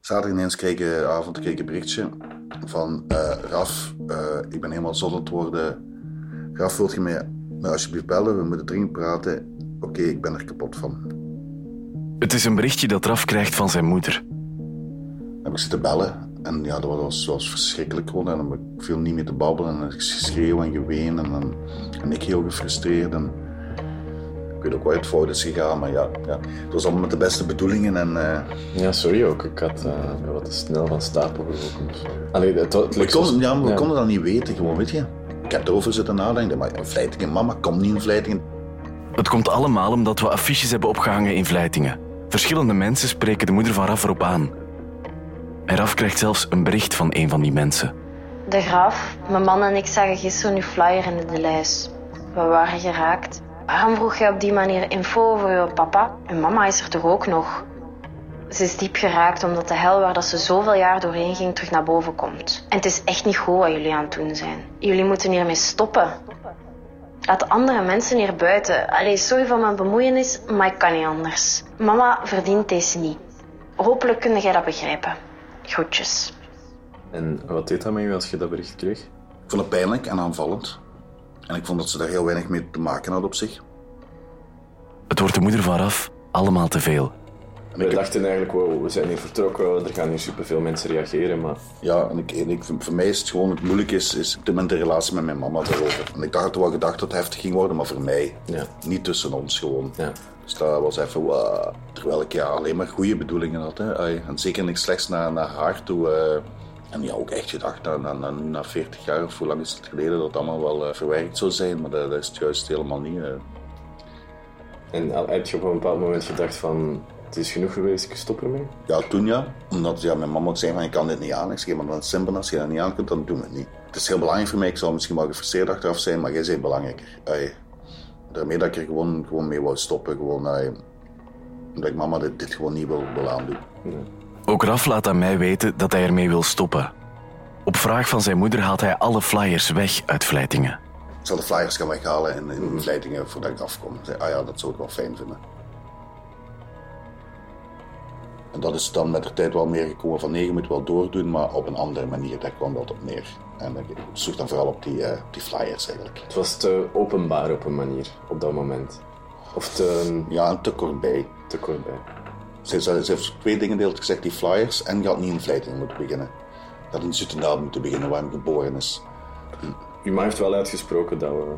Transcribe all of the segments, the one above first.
Zaterdag ineens kreeg ik een berichtje van Raf, ik ben helemaal zot aan het worden. Raf, wilt je mij alsjeblieft bellen? We moeten dringend praten. Oké, ik ben er kapot van. Het is een berichtje dat Raf krijgt van zijn moeder. Dan heb ik zitten bellen en ja, dat was verschrikkelijk gewoon. En dan heb ik veel niet meer te babbelen en ik schreeuw en geween en ik heel gefrustreerd. En ik weet ook waar het fout is gegaan, maar ja, het was allemaal met de beste bedoelingen. En, Ja, sorry ook. Ik had wat te snel van stapel gelopen. Allee, het we konden dat niet weten, gewoon, weet je. Ik heb erover zitten nadenken, maar Vleitingen, mama, kom niet in Vleitingen. Het komt allemaal omdat we affiches hebben opgehangen in Vleitingen. Verschillende mensen spreken de moeder van Raf erop aan. En Raf krijgt zelfs een bericht van een van die mensen. De Graf, mijn man en ik zagen gisteren uw flyer in de lijst. We waren geraakt. Waarom vroeg jij op die manier info over je papa? En mama is er toch ook nog? Ze is diep geraakt omdat de hel waar dat ze zoveel jaar doorheen ging terug naar boven komt. En het is echt niet goed wat jullie aan het doen zijn. Jullie moeten hiermee stoppen. Laat andere mensen hier buiten. Allee, sorry voor mijn bemoeienis, maar ik kan niet anders. Mama verdient deze niet. Hopelijk kun jij dat begrijpen. Groetjes. En wat deed dat met je als je dat bericht kreeg? Ik vond het pijnlijk en aanvallend. En ik vond dat ze daar heel weinig mee te maken had op zich. Het wordt de moeder van Raf allemaal te veel. We dachten eigenlijk, wow, we zijn hier vertrokken, er gaan hier superveel mensen reageren, maar... Ja, voor mij is het gewoon, het moeilijk is de relatie met mijn mama daarover. En ik had wel gedacht dat het heftig ging worden, maar voor mij, niet tussen ons gewoon. Ja. Dus dat was even, wow, terwijl ik alleen maar goede bedoelingen had. Hè. En zeker niks slechts naar haar toe. En ja, ook echt gedacht, na 40 jaar, of hoe lang is het geleden, dat het allemaal wel verwerkt zou zijn, maar dat is het juist helemaal niet. En heb je op een bepaald moment gedacht van... Het is genoeg geweest, ik stop ermee? Ja, toen ja. Omdat mijn mama ook zei van, je kan dit niet aan. Ik zeg, maar dan is het simpel, als je dat niet aan kunt, dan doen we het niet. Het is heel belangrijk voor mij, ik zal misschien wel gefrustreerd achteraf zijn, maar jij bent belangrijker. Daarmee dat ik er gewoon mee wou stoppen, omdat ik mama dit gewoon niet wil aandoen. Ja. Ook Raf laat aan mij weten dat hij ermee wil stoppen. Op vraag van zijn moeder haalt hij alle flyers weg uit Vleitingen. Ik zal de flyers gaan weghalen in Vleitingen voordat ik afkom. Ik zei, dat zou ik wel fijn vinden. En dat is dan met de tijd wel meer gekomen van nee, je moet wel doordoen, maar op een andere manier. Daar kwam dat op neer. En ik zoek dan vooral op die flyers eigenlijk. Het was te openbaar op een manier, op dat moment? Of te... Ja, en te kort bij. Te kort bij. Ze heeft 2 dingen deelt gezegd, die flyers, en je had niet in Vleitingen moeten beginnen. Dat in Zoetendaal moeten beginnen, waar hij geboren is. Uw ma heeft wel uitgesproken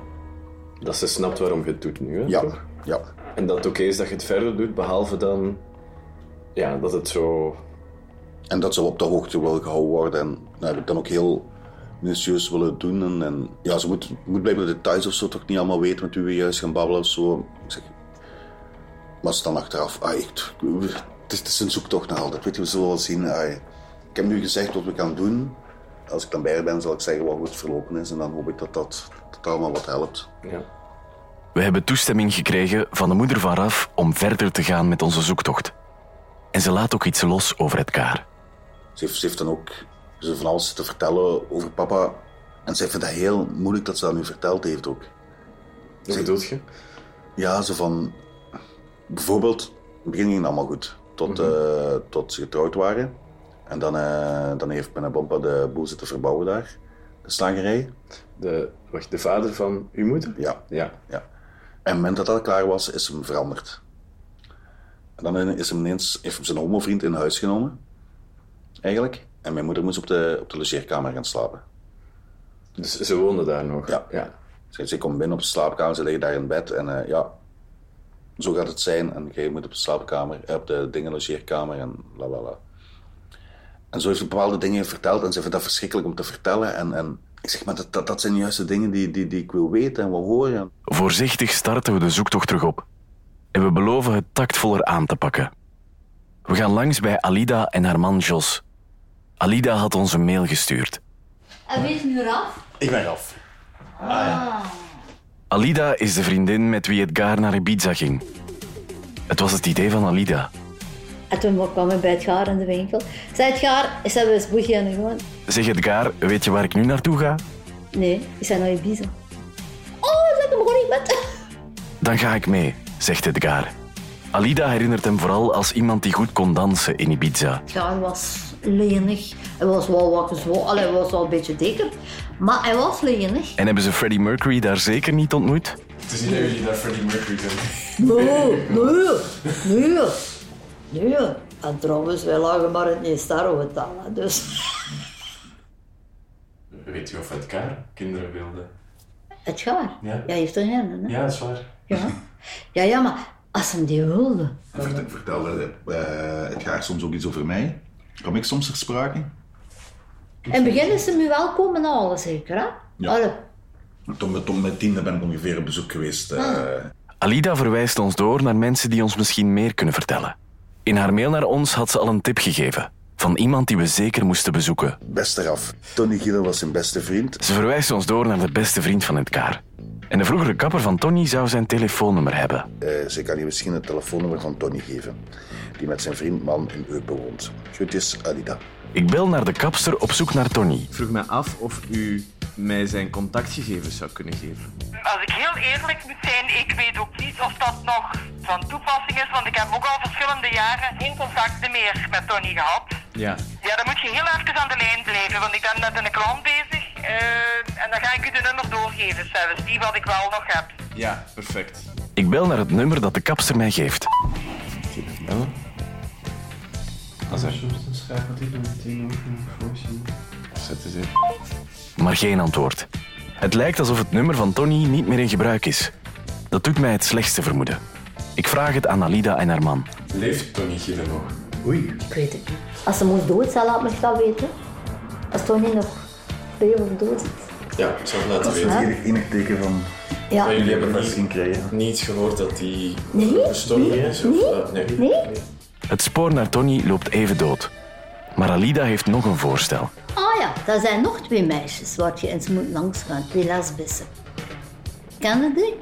dat ze snapt waarom je het doet nu, hè? Ja, toch? ja. En dat het oké is dat je het verder doet, behalve dan... Ja, dat het zo... En dat ze op de hoogte wil gehouden worden. En dat heb ik dan ook heel minutieus willen doen. En ja, ze moet blijkbaar de details of zo toch niet allemaal weten met wie we juist gaan babbelen of zo. Ik zeg, maar ze dan achteraf, het is een zoektocht nog altijd. Weet je, we zullen wel zien. Ik heb nu gezegd wat we gaan doen. Als ik dan bij haar ben, zal ik zeggen wat goed verlopen is. En dan hoop ik dat allemaal wat helpt. Ja. We hebben toestemming gekregen van de moeder van Raf om verder te gaan met onze zoektocht. En ze laat ook iets los over het kaar. Ze heeft dan ook van alles te vertellen over papa. En zij vindt het heel moeilijk dat ze dat nu verteld heeft ook. Hoe bedoel je? Ja, zo van... Bijvoorbeeld, in het begin ging het allemaal goed. Tot ze getrouwd waren. En dan heeft mijn papa de boel zitten verbouwen daar. De slagerij. De vader van uw moeder? Ja. En op het moment dat klaar was, is hem veranderd. En dan heeft hem zijn homovriend in huis genomen. Eigenlijk. En mijn moeder moest op de logeerkamer gaan slapen. Dus ze woonde daar nog? Ja. Ze komt binnen op de slaapkamer, ze liggen daar in bed. En zo gaat het zijn. En jij moet op de slaapkamer, op de logeerkamer en lalala. En zo heeft ze bepaalde dingen verteld. En ze vindt dat verschrikkelijk om te vertellen. En ik zeg, maar dat zijn juist de dingen die ik wil weten en wil horen. Voorzichtig starten we de zoektocht terug op. En we beloven het tactvoller aan te pakken. We gaan langs bij Alida en haar man Jos. Alida had ons een mail gestuurd. En wie is nu Raf? Ik ben Raf. Alida is de vriendin met wie Edgar naar Ibiza ging. Het was het idee van Alida. En toen kwam ik bij Edgar in de winkel. Zei Edgar, is dat eens boegie aan gewoon? Zeg Edgar, weet je waar ik nu naartoe ga? Nee, ik zei naar Ibiza. Oh, zet hem gewoon niet met. Dan ga ik mee, zegt Edgar. Alida herinnert hem vooral als iemand die goed kon dansen in Ibiza. Ja, hij was lenig. Hij was wel wat zwaar. Hij was wel een beetje dikker. Maar hij was lenig. En hebben ze Freddie Mercury daar zeker niet ontmoet? Het is niet dat jullie daar Freddie Mercury zijn. Nee. En trouwens, wij lagen maar in een sterrenhotel. Dus... Weet u of het elkaar kinderen wilde? Het gaar? Ja. Jij heeft er geen, hè? Ja, dat is waar. Ja, maar als hem die wilde... Vertelde het gaat soms ook iets over mij? Kom ik soms ter sprake? In het begin is ze me wel komen halen, zeker, hè? Ja. Allee. Toen met 10 ben ik ongeveer op bezoek geweest. Alida verwijst ons door naar mensen die ons misschien meer kunnen vertellen. In haar mail naar ons had ze al een tip gegeven. Van iemand die we zeker moesten bezoeken. Best eraf. Tony Gielen was zijn beste vriend. Ze verwijst ons door naar de beste vriend van Edgar. En de vroegere kapper van Tony zou zijn telefoonnummer hebben. Ze kan je misschien het telefoonnummer van Tony geven. Die met zijn vriend man in Eupen woont. Groetjes, Alida. Ik bel naar de kapster op zoek naar Tony. Ik vroeg me af of u mij zijn contactgegevens zou kunnen geven. Als ik heel eerlijk moet zijn, ik weet ook niet of dat nog van toepassing is, want ik heb ook al verschillende jaren geen contacten meer met Tony gehad. Ja. Ja, dan moet je heel even aan de lijn blijven, want ik ben net in een klant bezig en dan ga ik u de nummer doorgeven zelfs, die wat ik wel nog heb. Ja, perfect. Ik bel naar het nummer dat de kapster mij geeft. Als er soms een schakelt die meteen ook een functie. Zetten ze. Maar geen antwoord. Het lijkt alsof het nummer van Tony niet meer in gebruik is. Dat doet mij het slechtste vermoeden. Ik vraag het aan Alida en haar man. Leeft Tony Gielen nog? Oei. Ik weet het niet. Als ze moest dood zijn, laat me dat weten. Als Tony nog leeft of dood is. Ja, ik zou het laten Dat is weten. het enig teken van Ja. Maar jullie hebben bevestiging krijgen. niets gehoord dat hij Nee? gestorven is? Of, Nee? Het spoor naar Tony loopt even dood. Maar Alida heeft nog een voorstel. Ah ja, er zijn nog 2 meisjes waar je eens moet langs gaan. 2 lesbissen. Ken je die?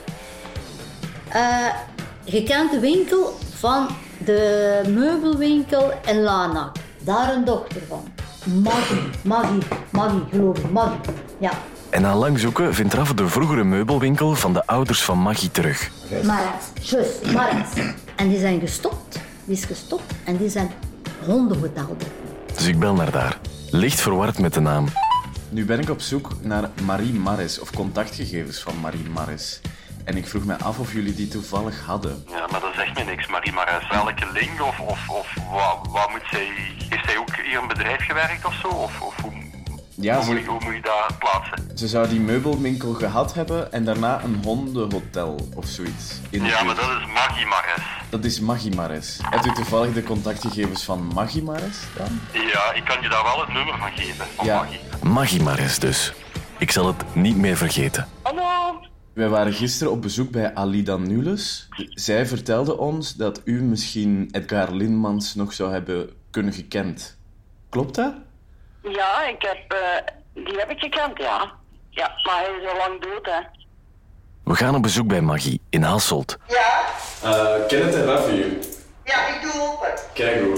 Je kent de winkel van de meubelwinkel in Lanak. Daar een dochter van. Maggie, geloof ik. Maggie, ja. En na lang zoeken vindt Raf de vroegere meubelwinkel van de ouders van Maggie terug. Maras. En die zijn gestopt. Die is gestopt en die zijn hondenhotel. Dus ik bel naar daar. Licht verward met de naam. Nu ben ik op zoek naar Marie Maris, of contactgegevens van Marie Maris. En ik vroeg me af of jullie die toevallig hadden. Ja, maar dat zegt me niks, Marie Marais. Welke link of wat moet zij... Heeft zij ook hier een bedrijf gewerkt of zo? Of hoe, Ja, hoe moet je dat plaatsen? ze zou die meubelwinkel gehad hebben en daarna een hondenhotel of zoiets. In de Ja, maar buurt. dat is Maggie Marais. Dat is Maggie Maris. Hebt u toevallig de contactgegevens van Maggie Maris dan? Ja, ik kan je daar wel het nummer van geven, van Ja. Maggie. Maggie Maris dus. Ik zal het niet meer vergeten. Hallo? Wij waren gisteren op bezoek bij Alida Nules. Zij vertelde ons dat u misschien Edgar Lindmans nog zou hebben kunnen gekend. Klopt dat? Ja, die heb ik gekend, ja. Ja, maar hij is al lang dood, hè. We gaan op bezoek bij Maggie in Hasselt. Ja, Kenneth en Raf hier. ja, ik doe open. Kijk hoe.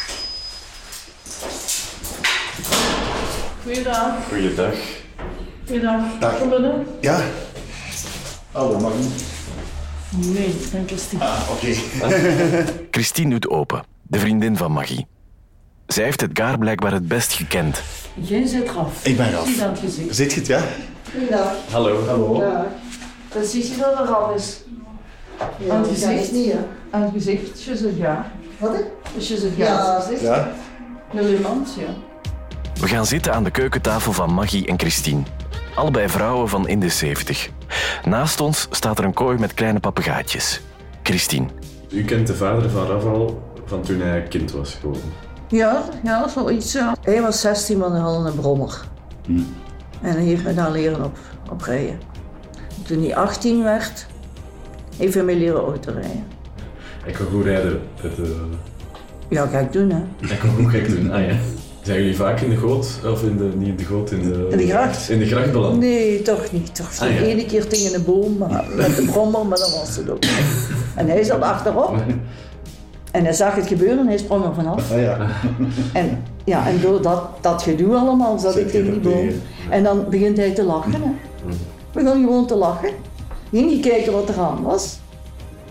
Goeiedag. Goeiedag. Goeiedag. Dag. Kom binnen. Ja. Hallo, Maggie. Nee, ik ben Christine. Oké. Christine doet open, de vriendin van Maggie. Zij heeft Edgar blijkbaar het best gekend. Jij zit Raf. Ik ben Raf. Zie je aan het gezicht? Zit je het, ja? Goeiedag. Hallo. Hallo. Ja. Dan zie je dat er Raf is. Ja, aan het dat gezicht. is niet, hè. Aan het gezicht, je zegt ja. Wat? Hè? Dus je zegt ja, Ja. aan het gezicht. Ja? Wil iemand? Ja. We gaan zitten aan de keukentafel van Maggie en Christine. Allebei vrouwen van in de 70. Naast ons staat er een kooi met kleine papegaaitjes. Christine. U kent de vader van Raf al van toen hij kind was gewoon. Ja, zoiets. Ja. Hij was 16, maar hij had een brommer. En hij heeft me daar leren op rijden. Toen hij 18 werd, heeft hij me leren autorijden. Ik kan goed rijden. Ja, ga ik doen, hè. Ik kan goed gek doen. Ah ja. Zijn jullie vaak in de goot? Of niet in de goot, in de gracht? In de gracht beland? Nee, toch niet. Toch Ah, ja. 1 keer tegen een boom, maar met de brommer, maar dat was het ook niet. En hij zat achterop. En hij zag het gebeuren en hij sprong er vanaf. Ah ja. En door dat gedoe allemaal zat Zit ik je tegen die er boom. tegen? En dan begint hij te lachen. Hè. We gaan gewoon te lachen. Ging niet kijken wat er aan was.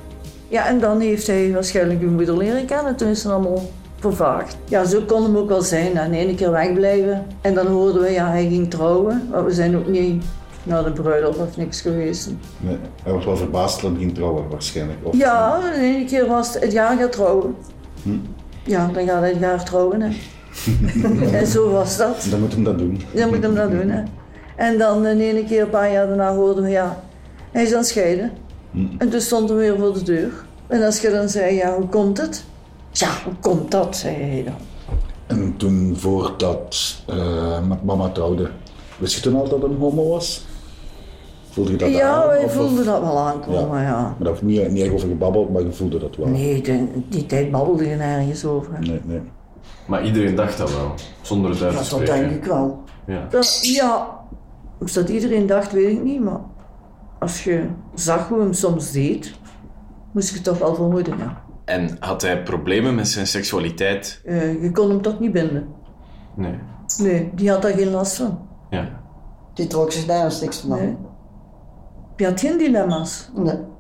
Ja, en dan heeft hij waarschijnlijk uw moeder leren kennen. Toen is het allemaal vervaagd. Ja, zo kon hem ook wel zijn. En ene keer wegblijven. En dan hoorden we, ja, hij ging trouwen. Maar we zijn ook niet naar de bruiloft of niks geweest. Nee, hij was wel verbaasd dat hij ging trouwen waarschijnlijk. Of, ja, de ene keer was het jaar gaat trouwen. Ja, dan gaat hij het jaar trouwen. Hè. En zo was dat. Dan moet hem dat doen. Dan moet hem dat doen, hè. En dan de ene keer, een paar jaar daarna, hoorden we, ja, hij is aan het scheiden. En toen stond hij weer voor de deur. En als je dan zei, ja, hoe komt het? Ja, hoe komt dat, zei hij dan. En toen, voordat met mama trouwde, wist je toen al dat een homo was? Voelde je dat aan? Ja, wij voelden dat wel aankomen, ja. Maar daar heb je niet echt over gebabbeld, maar je voelde dat wel. Nee, die tijd babbelde je nergens over. Nee. Maar iedereen dacht dat wel, zonder het uit te spreken. Dat denk ik wel. Ja. Ja, of dat iedereen dacht, weet ik niet, maar als je zag hoe hem soms deed, moest je toch wel vermoeden, ja. En had hij problemen met zijn seksualiteit? Je kon hem toch niet binden? Nee. Nee, die had daar geen last van. Ja. Die trok zich nergens niks van. Nee. Die had geen dilemma's.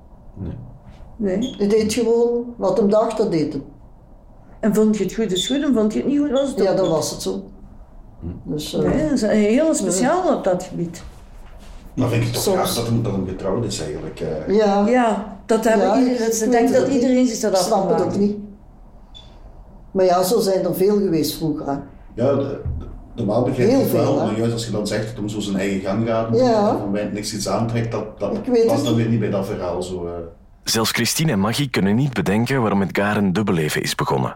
Nee. Die deed gewoon wat hem dacht, dat deed hem. En vond je het goed, is goed, en vond je het niet goed, was het ook. Ja, dan was het zo. Dus, nee, dat is heel speciaal op dat gebied. Maar vind ik toch raar dat hem getrouwd is eigenlijk. Ja, dat hebben iedereen. Ik denk dat iedereen zich dat afvraagt. Ik snap het ook niet. Maar ja, zo zijn er veel geweest vroeger. Hè. Ja, normaal begrijp ik wel, hè? maar juist als je dan zegt dat hem zo zijn eigen gang gaat en van mij niks iets aantrekt, dat past dan weer niet bij dat verhaal. Zo, Zelfs Christine en Maggie kunnen niet bedenken waarom Edgar een dubbelleven is begonnen.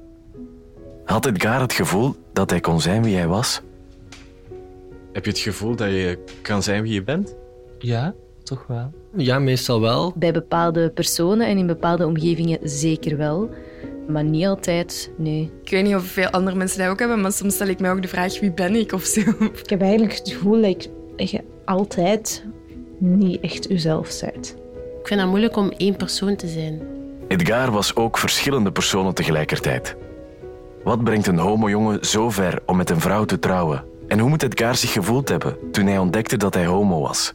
Had Edgar het gevoel dat hij kon zijn wie hij was? Heb je het gevoel dat je kan zijn wie je bent? Ja, toch wel. Ja, meestal wel. Bij bepaalde personen en in bepaalde omgevingen zeker wel. Maar niet altijd, nee. Ik weet niet of veel andere mensen dat ook hebben, maar soms stel ik mij ook de vraag, wie ben ik of zo. Ik heb eigenlijk het gevoel dat je altijd niet echt jezelf bent. Ik vind het moeilijk om één persoon te zijn. Edgar was ook verschillende personen tegelijkertijd. Wat brengt een homojongen zo ver om met een vrouw te trouwen? En hoe moet Edgar zich gevoeld hebben toen hij ontdekte dat hij homo was?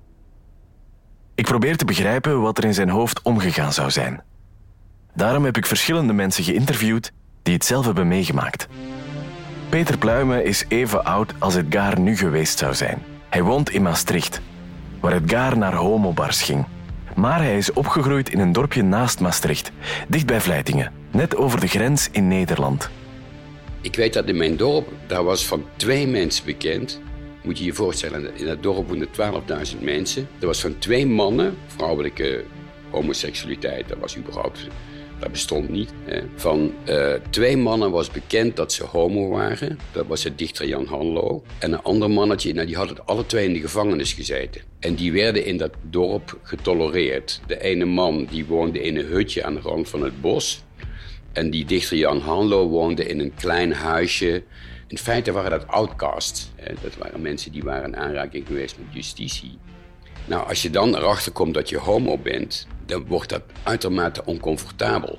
Ik probeer te begrijpen wat er in zijn hoofd omgegaan zou zijn. Daarom heb ik verschillende mensen geïnterviewd die het zelf hebben meegemaakt. Peter Pluijmen is even oud als Edgar nu geweest zou zijn. Hij woont in Maastricht, waar Edgar naar homobars ging. Maar hij is opgegroeid in een dorpje naast Maastricht, dicht bij Vleitingen, net over de grens in Nederland. Ik weet dat in mijn dorp, daar was van 2 mensen bekend. Moet je je voorstellen, in dat dorp woonden 12.000 mensen. Er was van 2 mannen, vrouwelijke homoseksualiteit, dat bestond niet. Van 2 mannen was bekend dat ze homo waren. Dat was de dichter Jan Hanlo. En een ander mannetje, die hadden alle 2 in de gevangenis gezeten. En die werden in dat dorp getolereerd. De ene man die woonde in een hutje aan de rand van het bos. En die dichter Jan Hanlo woonde in een klein huisje. In feite waren dat outcasts. Dat waren mensen die waren in aanraking geweest met justitie. Nou, als je dan erachter komt dat je homo bent, dan wordt dat uitermate oncomfortabel.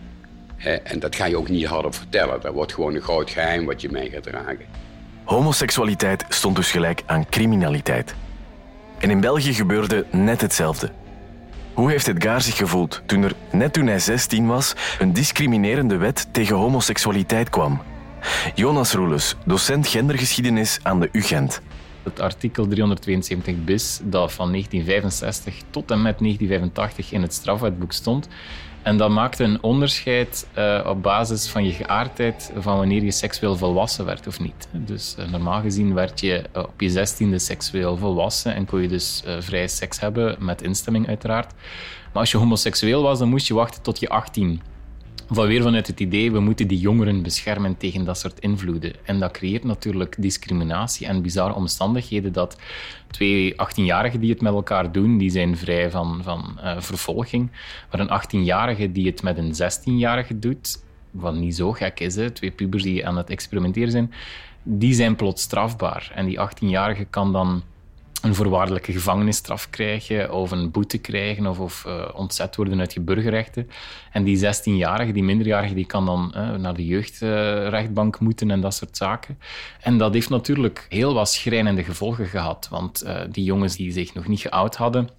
En dat ga je ook niet hardop vertellen. Dat wordt gewoon een groot geheim wat je mee gaat dragen. Homoseksualiteit stond dus gelijk aan criminaliteit. En in België gebeurde net hetzelfde. Hoe heeft Edgar zich gevoeld toen er, net toen hij 16 was, een discriminerende wet tegen homoseksualiteit kwam? Jonas Roelens, docent gendergeschiedenis aan de UGent. Het artikel 372 bis, dat van 1965 tot en met 1985 in het strafwetboek stond. En dat maakte een onderscheid op basis van je geaardheid van wanneer je seksueel volwassen werd of niet. Dus normaal gezien werd je op je 16e seksueel volwassen en kon je dus vrije seks hebben, met instemming uiteraard. Maar als je homoseksueel was, dan moest je wachten tot je 18. Vanweer vanuit het idee, we moeten die jongeren beschermen tegen dat soort invloeden. En dat creëert natuurlijk discriminatie en bizarre omstandigheden dat 2 18-jarigen die het met elkaar doen, die zijn vrij van vervolging. Maar een 18-jarige die het met een 16-jarige doet, wat niet zo gek is, 2 pubers die aan het experimenteren zijn, die zijn plots strafbaar. En die 18-jarige kan dan een voorwaardelijke gevangenisstraf krijgen of een boete krijgen of ontzet worden uit je burgerrechten. En die 16-jarige, die minderjarige, die kan dan naar de jeugdrechtbank moeten en dat soort zaken. En dat heeft natuurlijk heel wat schrijnende gevolgen gehad, want die jongens die zich nog niet geout hadden,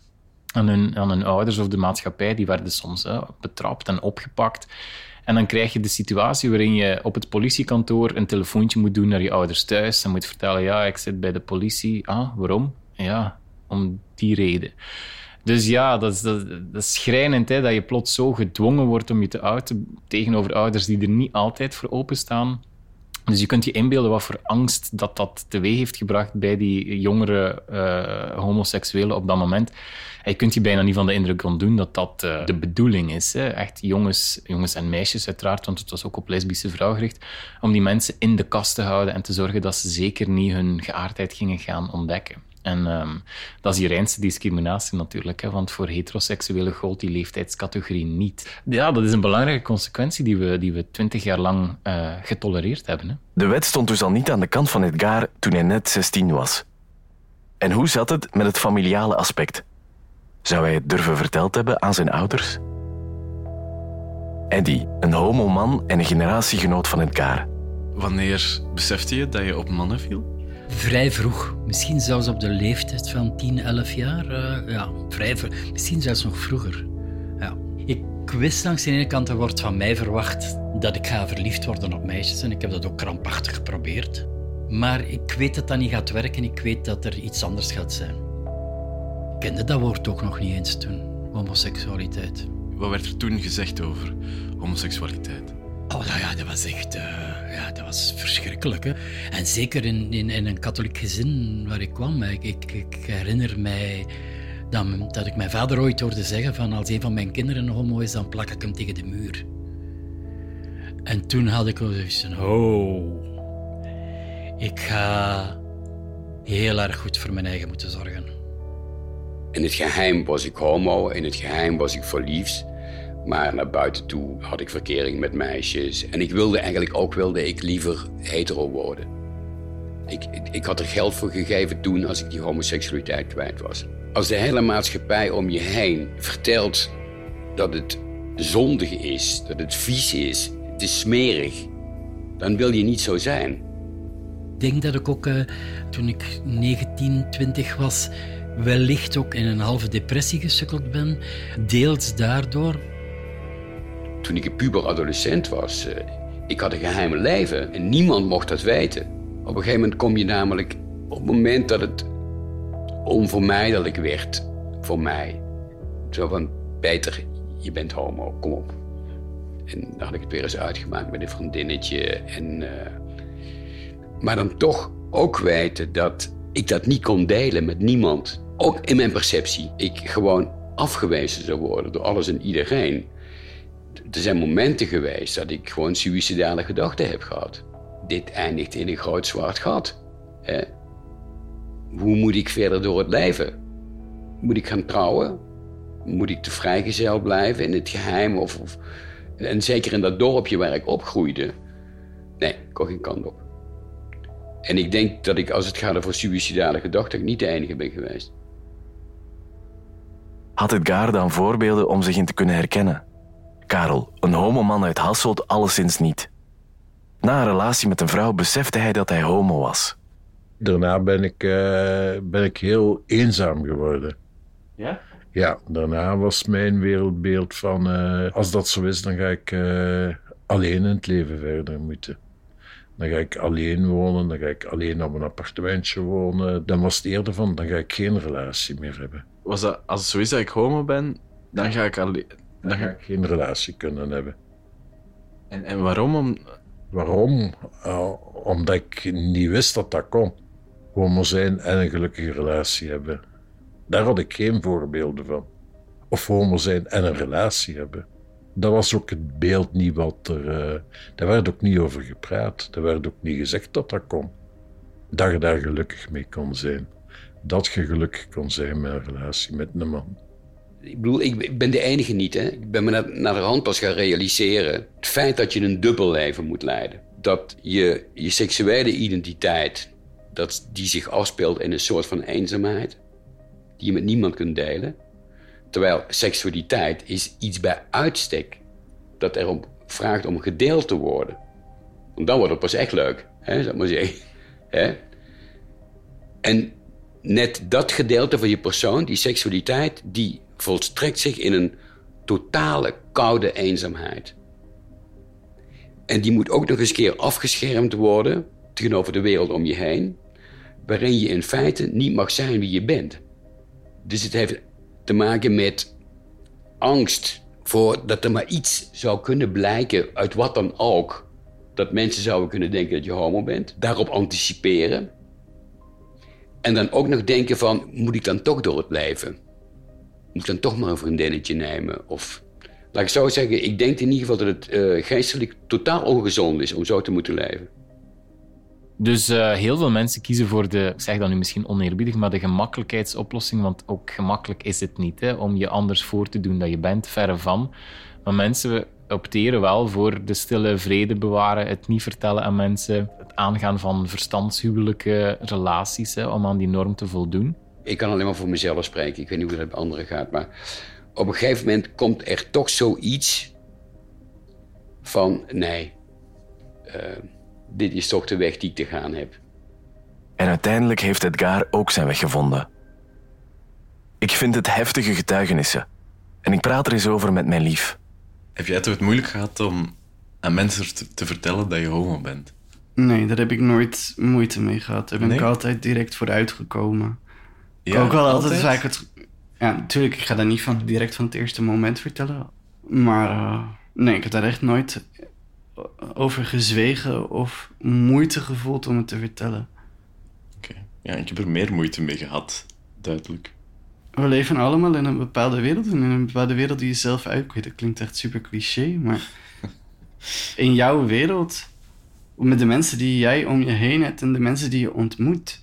aan hun ouders of de maatschappij. Die werden soms betrapt en opgepakt. En dan krijg je de situatie waarin je op het politiekantoor een telefoontje moet doen naar je ouders thuis. En moet vertellen, ja, ik zit bij de politie. Ah, waarom? Ja, om die reden. Dus ja, dat is schrijnend, hè, dat je plots zo gedwongen wordt om je te outen tegenover ouders die er niet altijd voor openstaan. Dus je kunt je inbeelden wat voor angst dat teweeg heeft gebracht bij die jongere homoseksuelen op dat moment. En je kunt je bijna niet van de indruk ontdoen dat dat de bedoeling is. Hè. Echt jongens en meisjes uiteraard, want het was ook op lesbische vrouwen gericht, om die mensen in de kast te houden en te zorgen dat ze zeker niet hun geaardheid gingen gaan ontdekken. En dat is die reinste discriminatie natuurlijk, hè, want voor heteroseksuelen gold die leeftijdscategorie niet. Ja, dat is een belangrijke consequentie die we 20 jaar lang getolereerd hebben. Hè. De wet stond dus al niet aan de kant van Edgar toen hij net 16 was. En hoe zat het met het familiale aspect? Zou hij het durven verteld hebben aan zijn ouders? Eddie, een homoman en een generatiegenoot van Edgar. Wanneer besefte je dat je op mannen viel? Vrij vroeg. Misschien zelfs op de leeftijd van 10, 11 jaar. Misschien zelfs nog vroeger. Ja. Ik wist langs de ene kant, er wordt van mij verwacht dat ik ga verliefd worden op meisjes. En ik heb dat ook krampachtig geprobeerd. Maar ik weet dat dat niet gaat werken. Ik weet dat er iets anders gaat zijn. Ik kende dat woord ook nog niet eens toen. Homoseksualiteit. Wat werd er toen gezegd over homoseksualiteit? Oh ja, dat was echt... dat was verschrikkelijk. Hè? En zeker in een katholiek gezin waar ik kwam. Ik herinner mij dat ik mijn vader ooit hoorde zeggen van als een van mijn kinderen een homo is, dan plak ik hem tegen de muur. En toen had ik al zoiets van... ik ga heel erg goed voor mijn eigen moeten zorgen. In het geheim was ik homo, in het geheim was ik verliefd. Maar naar buiten toe had ik verkering met meisjes. En ik wilde ik liever hetero worden. Ik had er geld voor gegeven toen als ik die homoseksualiteit kwijt was. Als de hele maatschappij om je heen vertelt dat het zondig is, dat het vies is, het is smerig, dan wil je niet zo zijn. Ik denk dat ik ook toen ik 19, 20 was, wellicht ook in een halve depressie gesukkeld ben. Deels daardoor. Toen ik een puber-adolescent was, ik had een geheim leven en niemand mocht dat weten. Op een gegeven moment kom je namelijk, op het moment dat het onvermijdelijk werd voor mij, zo van, Peter, je bent homo, kom op. En dan had ik het weer eens uitgemaakt met een vriendinnetje. Maar dan toch ook weten dat ik dat niet kon delen met niemand. Ook in mijn perceptie. Ik gewoon afgewezen zou worden door alles en iedereen. Er zijn momenten geweest dat ik gewoon suïcidale gedachten heb gehad. Dit eindigt in een groot zwart gat. Hoe moet ik verder door het leven? Moet ik gaan trouwen? Moet ik te vrijgezel blijven in het geheim? En zeker in dat dorpje waar ik opgroeide. Nee, ik kon geen kant op. En ik denk dat ik, als het gaat over suïcidale gedachten, niet de enige ben geweest. Had Edgar dan voorbeelden om zich in te kunnen herkennen? Karel, een homoman uit Hasselt, alleszins niet. Na een relatie met een vrouw besefte hij dat hij homo was. Daarna ben ik heel eenzaam geworden. Ja? Ja, daarna was mijn wereldbeeld van... als dat zo is, dan ga ik alleen in het leven verder moeten. Dan ga ik alleen wonen, dan ga ik alleen op een appartementje wonen. Dan was het eerder van, dan ga ik geen relatie meer hebben. Was dat, als het zo is dat ik homo ben, dan ga ik alleen... Dan ga ik geen relatie kunnen hebben. En waarom? Waarom? Omdat ik niet wist dat dat kon. Homo zijn en een gelukkige relatie hebben. Daar had ik geen voorbeelden van. Of homo zijn en een relatie hebben. Dat was ook het beeld niet wat er... Daar werd ook niet over gepraat. Er werd ook niet gezegd dat dat kon. Dat je daar gelukkig mee kon zijn. Dat je gelukkig kon zijn met een relatie met een man. Ik bedoel, ik ben de enige niet. Hè? Ik ben me naar de hand pas gaan realiseren. Het feit dat je een dubbel leven moet leiden. Dat je seksuele identiteit, dat die zich afspeelt in een soort van eenzaamheid. Die je met niemand kunt delen. Terwijl seksualiteit is iets bij uitstek dat erom vraagt om gedeeld te worden. Want dan wordt het pas echt leuk, hè, zou ik maar zeggen. Hè? En net dat gedeelte van je persoon, die seksualiteit, die volstrekt zich in een totale koude eenzaamheid. En die moet ook nog eens een keer afgeschermd worden tegenover de wereld om je heen, waarin je in feite niet mag zijn wie je bent. Dus het heeft te maken met angst voor dat er maar iets zou kunnen blijken uit wat dan ook, dat mensen zouden kunnen denken dat je homo bent, daarop anticiperen en dan ook nog denken van, moet ik dan toch door het leven? Moet ik dan toch maar een vriendinnetje nemen? Of, laat ik zo zeggen, ik denk in ieder geval dat het geestelijk totaal ongezond is om zo te moeten leven. Dus heel veel mensen kiezen voor de, ik zeg dat nu misschien oneerbiedig, maar de gemakkelijkheidsoplossing, want ook gemakkelijk is het niet, hè, om je anders voor te doen dan je bent, verre van. Maar mensen opteren wel voor de stille vrede bewaren, het niet vertellen aan mensen, het aangaan van verstandshuwelijke relaties, hè, om aan die norm te voldoen. Ik kan alleen maar voor mezelf spreken, ik weet niet hoe dat bij anderen gaat, maar op een gegeven moment komt er toch zoiets van, nee, dit is toch de weg die ik te gaan heb. En uiteindelijk heeft Edgar ook zijn weg gevonden. Ik vind het heftige getuigenissen. En ik praat er eens over met mijn lief. Heb jij het ooit moeilijk gehad om aan mensen te vertellen dat je homo bent? Nee, daar heb ik nooit moeite mee gehad. Daar ben ik altijd direct voor uitgekomen. Ja, ook wel altijd vaak het... Ja, natuurlijk, ik ga daar niet direct van het eerste moment vertellen. Maar nee, ik heb daar echt nooit over gezwegen of moeite gevoeld om het te vertellen. Oké. Ja, ik heb er meer moeite mee gehad, duidelijk. We leven allemaal in een bepaalde wereld en in een bepaalde wereld die je zelf uitkomt. Dat klinkt echt super cliché, maar in jouw wereld, met de mensen die jij om je heen hebt en de mensen die je ontmoet,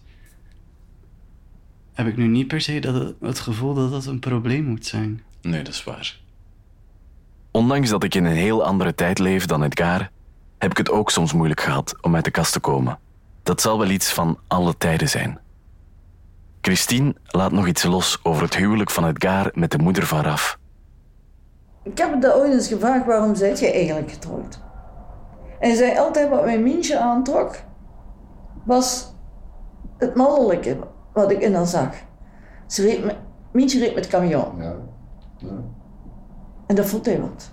heb ik nu niet per se het gevoel dat dat een probleem moet zijn. Nee, dat is waar. Ondanks dat ik in een heel andere tijd leef dan Edgar, heb ik het ook soms moeilijk gehad om uit de kast te komen. Dat zal wel iets van alle tijden zijn. Christine laat nog iets los over het huwelijk van Edgar met de moeder van Raf. Ik heb het ooit eens gevraagd, waarom zijt jij eigenlijk getrouwd? En hij zei altijd, wat mijn Mientje aantrok, was het mannelijke wat ik in haar zag. Mientje reed met camion. Ja. En dat vond hij wat.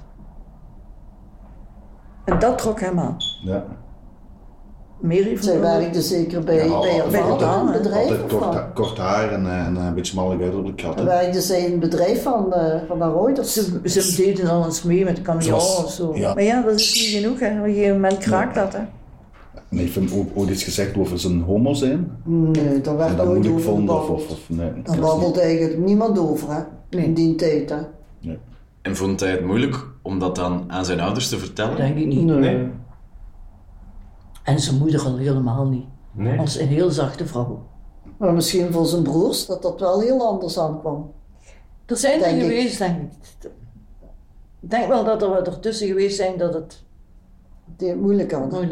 En dat trok hem aan. Ja. Zij werkte zeker bij haar vader in het bedrijf. Altijd kort haar en een beetje smallig uiterlijk had. Werkte zij in het bedrijf van haar ouders. Ze deden al eens mee met camion of zo. Ja. Maar ja, dat is niet genoeg. Hè. Op een gegeven moment kraakt dat. Hè. En heeft hem ook ooit iets gezegd over zijn homo zijn? Nee, daar werd nooit over gebabbeld. Nee. Daar babbelde eigenlijk niemand over, hè. Nee. In die tijd. Hè. Nee. En vond hij het moeilijk om dat dan aan zijn ouders te vertellen? Denk ik niet. Nee. En zijn moeder al helemaal niet. Nee. Als een heel zachte vrouw. Maar misschien voor zijn broers dat wel heel anders aankwam. Er zijn er geweest, denk ik. Ik denk wel dat er wat ertussen geweest zijn dat het... Die het moeilijk hadden.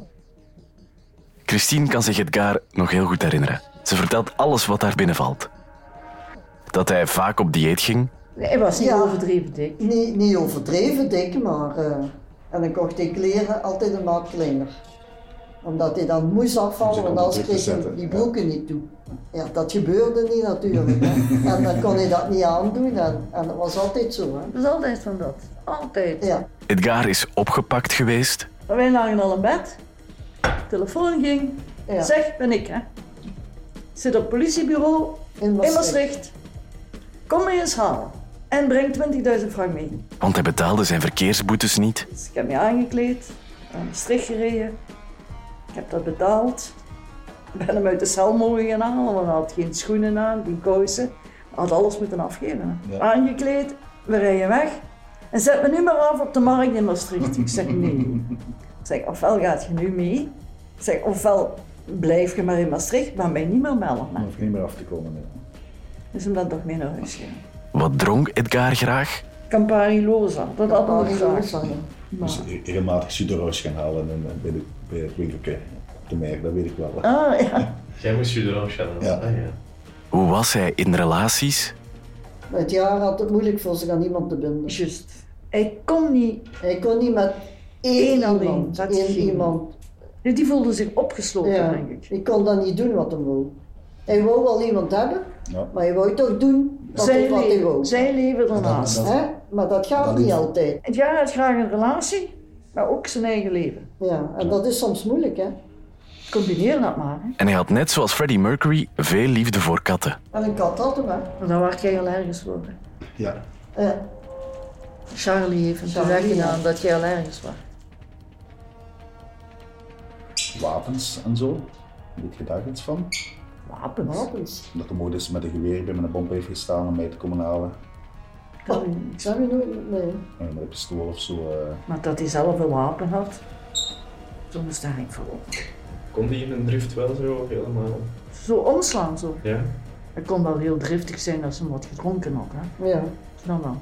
Christine kan zich Edgar nog heel goed herinneren. Ze vertelt alles wat daar binnenvalt. Dat hij vaak op dieet ging. Nee, hij was niet overdreven dik. Niet overdreven dik, maar... En dan kocht hij kleren altijd een maat kleiner. Omdat hij dan moest afvallen, want anders kreeg hij die broeken niet toe. Ja, dat gebeurde niet natuurlijk. Hè. En dan kon hij dat niet aandoen en dat was altijd zo. Hè. Dat is altijd van dat. Altijd. Ja. Edgar is opgepakt geweest. Wij lagen al in bed. Telefoon ging. Ja. Zeg, ben ik hè. Zit op het politiebureau in Maastricht. Kom me eens halen. En breng 20.000 frank mee. Want hij betaalde zijn verkeersboetes niet. Dus ik heb me aangekleed, naar Maastricht gereden. Ik heb dat betaald. Ik ben hem uit de cel mogen gaan halen, want hij had geen schoenen aan, geen kousen. Hij had alles moeten afgeven. Ja. Aangekleed, we rijden weg. En zet me nu maar af op de markt in Maastricht. Ik zeg nee. Ik zeg, ofwel gaat je nu mee. Ik zeg, ofwel blijf je maar in Maastricht, maar mij niet meer melden. Dan hoef je niet meer af te komen. Nee. Dus hem dan toch mee naar huis gaan. Wat dronk Edgar graag? Campari Loza, dat had hij graag. Dus regelmatig Suderoos gaan halen bij het winkeltje op de merk, dat weet ik wel. Ah ja. Jij moest Suderoos gaan halen? Ja. Ah, ja. Hoe was hij in relaties? Het jaar had het moeilijk voor zich aan iemand te binden. Juist. Hij kon niet met één iemand. Die voelde zich opgesloten, denk ik. Ik kon dat niet doen wat hij wil. Hij wou wel iemand hebben, maar hij wou toch doen wat hij wou. Zij leven ernaast. Maar dat gaat niet altijd. Ja, hij heeft graag een relatie, maar ook zijn eigen leven. Ja, en dat is soms moeilijk, hè. Combineer dat maar. Hè. En hij had net zoals Freddie Mercury veel liefde voor katten. En een kat had hem, hè. Maar daar werd jij allergisch voor. Hè. Ja. Charlie heeft hem toen weggedaan dat jij allergisch was. Wapens en zo. Weet je daar iets van? Wapens? Dat de modus met een geweer bij mijn bom heeft gestaan om mij te komen halen. Ik zou je nooit... Nee. Met een pistool of zo. Maar dat hij zelf een wapen had, soms daar niet voor op. Kon die in een drift wel zo helemaal? Zo omslaan zo. Ja. Hij kon wel heel driftig zijn als hij wat gedronken had. Hè? Ja. Dan wel.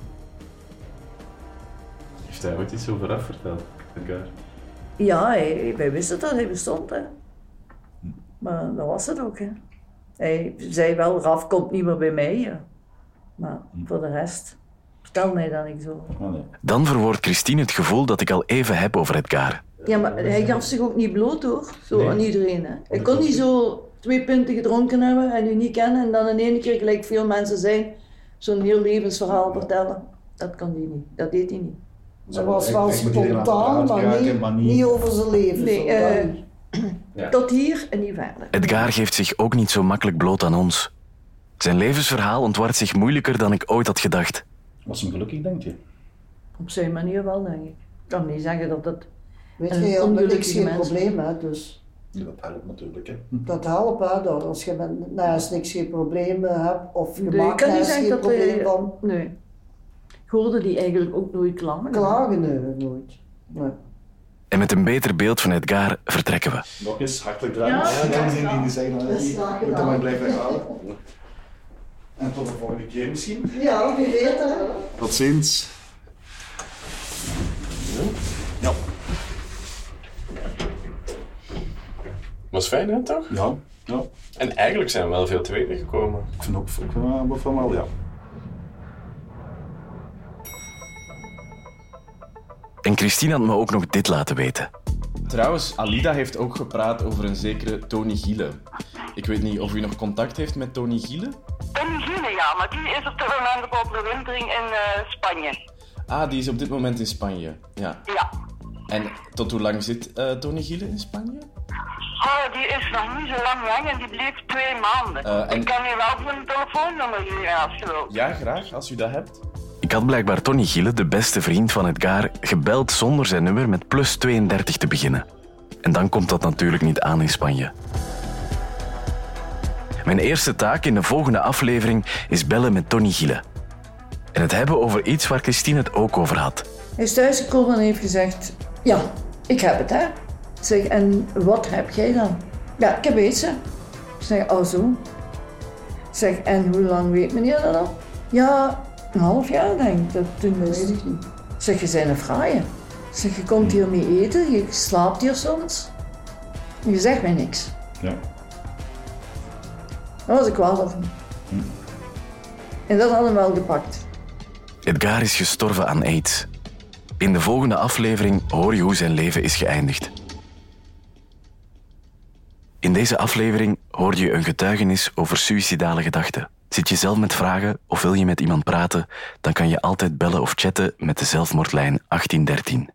Heeft hij ooit iets over af verteld, Edgar? Ja, wij wisten dat hij bestond. Hè. Maar dat was het ook. Hè. Hij zei wel, Raf komt niet meer bij mij. Ja. Maar voor de rest, vertel mij dat niet zo. Dan verwoordt Christine het gevoel dat ik al even heb over Edgar. Ja, maar hij gaf zich ook niet bloot hoor, zo aan iedereen. Hè. Hij kon niet zo 2 punten gedronken hebben en u niet kennen en dan in één keer, gelijk veel mensen zijn, zo'n heel levensverhaal vertellen. Dat kan hij niet, dat deed hij niet. Dat was wel spontaan, maar niet over zijn leven. Nee, tot hier en niet verder. Edgar geeft zich ook niet zo makkelijk bloot aan ons. Zijn levensverhaal ontwart zich moeilijker dan ik ooit had gedacht. Was hem gelukkig, denk je? Op zijn manier wel, denk ik. Ik kan niet zeggen dat het weet je, je hebt niks geen probleem, hè, dus... Dat helpt natuurlijk, hè. Dat helpt, hè, als je naast niks geen problemen hebt, of je nee, maakt naast geen probleem van... Nee. Ik hoorde die eigenlijk ook nooit klagen. Klagen, nee, nooit. Nee. En met een beter beeld van Edgar vertrekken we. Nog eens, hartelijk bedankt. Ja, die zeggen dat je moet maar blijven herhalen. En tot de volgende keer misschien. Ja, wie weet hè. Tot ziens. Ja. Was fijn, hè, toch? Ja. En eigenlijk zijn we wel veel te weten gekomen. Ik vind ook van wel, ja. En Christine had me ook nog dit laten weten. Trouwens, Alida heeft ook gepraat over een zekere Tony Giele. Ik weet niet of u nog contact heeft met Tony Giele? Tony Giele, ja, maar die is op dit moment op overwintering in Spanje. Ah, die is op dit moment in Spanje, ja. Ja. En tot hoe lang zit Tony Giele in Spanje? Oh, die is nog niet zo lang weg en die bleef 2 maanden. Ik kan je wel voor een telefoonnummer geven als je wilt. Ja, graag, als u dat hebt. Ik had blijkbaar Tony Giele, de beste vriend van Edgar, gebeld zonder zijn nummer met +32 te beginnen. En dan komt dat natuurlijk niet aan in Spanje. Mijn eerste taak in de volgende aflevering is bellen met Tony Giele. En het hebben over iets waar Christine het ook over had. Hij is thuisgekomen en heeft gezegd, ja, ik heb het, hè. Ik zeg, en wat heb jij dan? Ja, ik heb eten. Ik zeg, oh zo. Ik zeg, en hoe lang weet meneer dat al? Ja, een half jaar denk ik. Dat toen weet ik niet. Ik zeg, je bent een fraaie. Ik zeg, je komt hier mee eten, je slaapt hier soms. En je zegt mij niks. Ja. Daar was ik kwaad op hem. En dat hadden we wel gepakt. Edgar is gestorven aan AIDS. In de volgende aflevering hoor je hoe zijn leven is geëindigd. In deze aflevering hoor je een getuigenis over suïcidale gedachten. Zit je zelf met vragen of wil je met iemand praten, dan kan je altijd bellen of chatten met de zelfmoordlijn 1813.